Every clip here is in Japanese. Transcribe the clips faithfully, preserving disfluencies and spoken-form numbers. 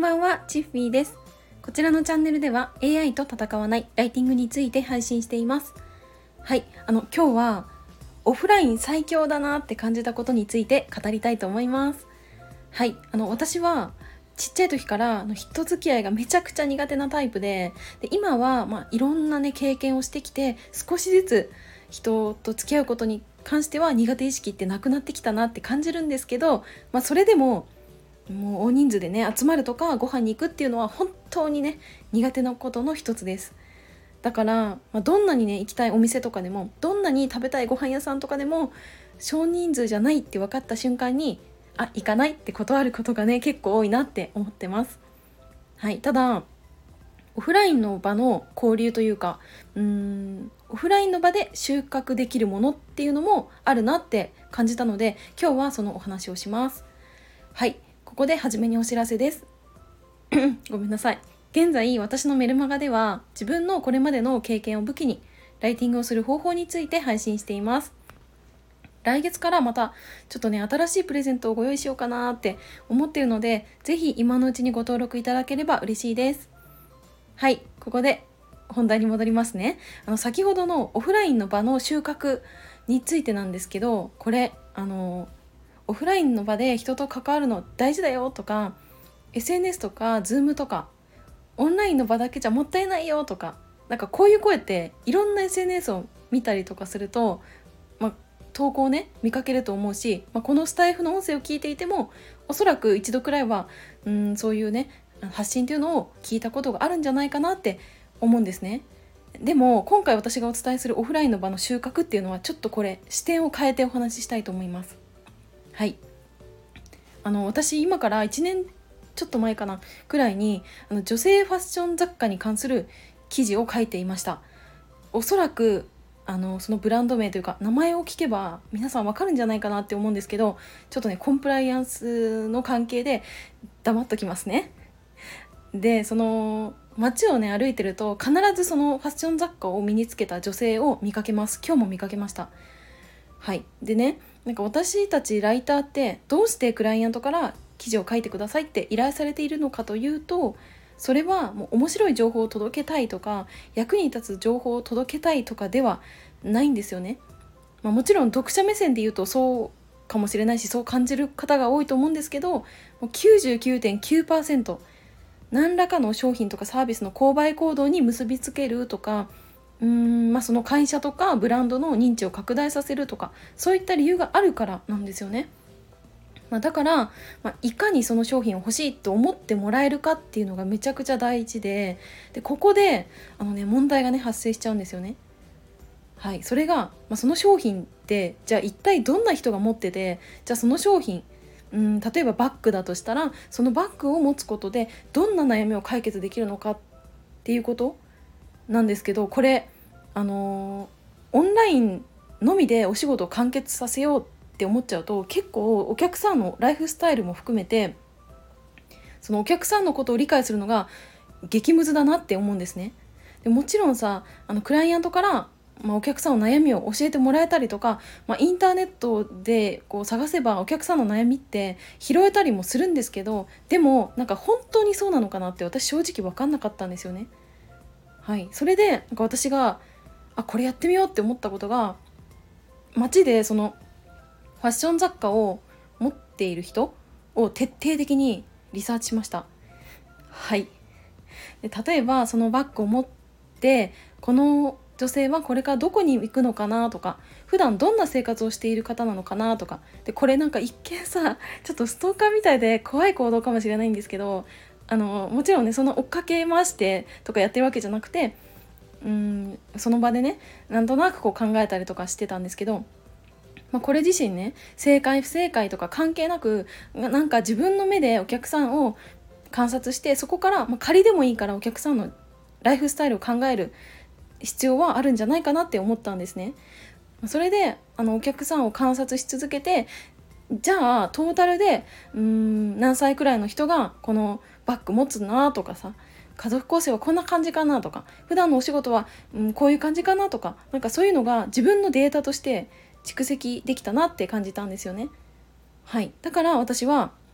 ばんは、チッフィーです。こちらのチャンネルでは エーアイ と戦わないライティングについて配信しています。はい、あの今日はオフライン最強だなって感じたことについて語りたいと思います。はい、あの私はちっちゃい時からあの人付き合いがめちゃくちゃ苦手なタイプで、で今はまあいろんなね経験をしてきて、少しずつ人と付き合うことに関しては苦手意識ってなくなってきたなって感じるんですけど、まあ、それでももう大人数でね集まるとかご飯に行くっていうのは本当にね苦手なことの一つです。だから、まあ、どんなにね行きたいお店とかでも、どんなに食べたいご飯屋さんとかでも、少人数じゃないって分かった瞬間にあ行かないって断ることがね結構多いなって思ってます。はい、ただオフラインの場の交流というか、うーんオフラインの場で収穫できるものっていうのもあるなって感じたので、今日はそのお話をします。はい、ここで初めにお知らせです。ごめんなさい。現在私のメルマガでは自分のこれまでの経験を武器にライティングをする方法について配信しています。来月からまたちょっとね新しいプレゼントをご用意しようかなって思っているので、ぜひ今のうちにご登録いただければ嬉しいです。はい、ここで本題に戻りますね。あの先ほどのオフラインの場の収穫についてなんですけど、これあのオフラインの場で人と関わるの大事だよとか、 エスエヌエス とか Zoom とかオンラインの場だけじゃもったいないよとか、なんかこういう声っていろんな エスエヌエス を見たりとかすると、まあ、投稿をね見かけると思うし、まあ、このスタイフの音声を聞いていてもおそらく一度くらいはうんそういうね発信っていうのを聞いたことがあるんじゃないかなって思うんですね。でも今回私がお伝えするオフラインの場の収穫っていうのはちょっとこれ視点を変えてお話ししたいと思います。はい、あの私今からいちねんちょっと前かなくらいにあの女性ファッション雑貨に関する記事を書いていました。おそらくあのそのブランド名というか名前を聞けば皆さんわかるんじゃないかなって思うんですけど、ちょっとねコンプライアンスの関係で黙っときますね。でその街をね歩いてると必ずそのファッション雑貨を身につけた女性を見かけます。今日も見かけました。はい、でねなんか私たちライターってどうしてクライアントから記事を書いてくださいって依頼されているのかというと、それはもう面白い情報を届けたいとか役に立つ情報を届けたいとかではないんですよね。まあ、もちろん読者目線で言うとそうかもしれないし、そう感じる方が多いと思うんですけど、もう きゅうじゅうきゅうてんきゅうパーセント 何らかの商品とかサービスの購買行動に結びつけるとか、うーんまあその会社とかブランドの認知を拡大させるとか、そういった理由があるからなんですよね。まあ、だから、まあ、いかにその商品を欲しいと思ってもらえるかっていうのがめちゃくちゃ大事で、でここであの、ね、問題がね発生しちゃうんですよね。はい、それが、まあ、その商品ってじゃあ一体どんな人が持ってて、じゃあその商品うん例えばバッグだとしたら、そのバッグを持つことでどんな悩みを解決できるのかっていうことなんですけど、これあのーオンラインのみでお仕事を完結させようって思っちゃうと、結構お客さんのライフスタイルも含めてそのお客さんのことを理解するのが激ムズだなって思うんですね。でもちろんさあのクライアントから、まあ、お客さんの悩みを教えてもらえたりとか、まあ、インターネットでこう探せばお客さんの悩みって拾えたりもするんですけど、でもなんか本当にそうなのかなって私正直分かんなかったんですよね。はい、それでなんか私があこれやってみようって思ったことが、街でそのファッション雑貨を持っている人を徹底的にリサーチしました。はい、で例えばそのバッグを持ってこの女性はこれからどこに行くのかなとか、普段どんな生活をしている方なのかなとかで、これなんか一見さちょっとストーカーみたいで怖い行動かもしれないんですけど、あのもちろんねその追っかけ回してとかやってるわけじゃなくて、うーんその場でねなんとなくこう考えたりとかしてたんですけど、まあ、これ自身ね正解不正解とか関係なく、なんか自分の目でお客さんを観察して、そこから、まあ、仮でもいいからお客さんのライフスタイルを考える必要はあるんじゃないかなって思ったんですね。それであのお客さんを観察し続けて、じゃあトータルでうーん何歳くらいの人がこのバッグ持つなとかさ、家族構成はこんな感じかなとか、普段のお仕事は、うん、こういう感じかなとか、なんかそういうのが自分のデータとして蓄積できたなって感じたんですよね。はい、だから私は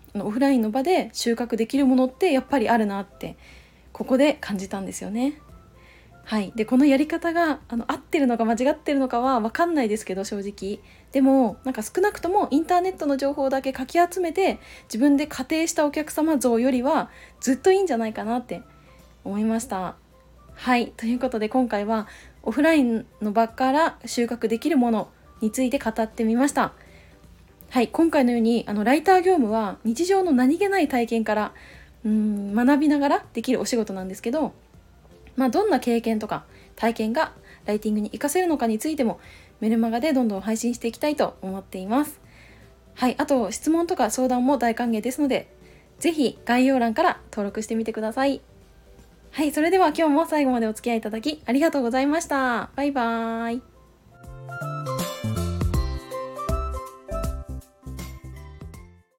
あのオフラインの場で収穫できるものってやっぱりあるなってここで感じたんですよね。はい、でこのやり方があの合ってるのか間違ってるのかは分かんないですけど、正直でもなんか少なくともインターネットの情報だけかき集めて自分で仮定したお客様像よりはずっといいんじゃないかなって思いました。はい、ということで今回はオフラインの場から収穫できるものについて語ってみました。はい、今回のようにあのライター業務は日常の何気ない体験からうーん学びながらできるお仕事なんですけど、まあ、どんな経験とか体験がライティングに活かせるのかについてもメルマガでどんどん配信していきたいと思っています。はい、あと質問とか相談も大歓迎ですので、ぜひ概要欄から登録してみてください。はい、それでは今日も最後までお付き合いいただきありがとうございました。バイバーイ。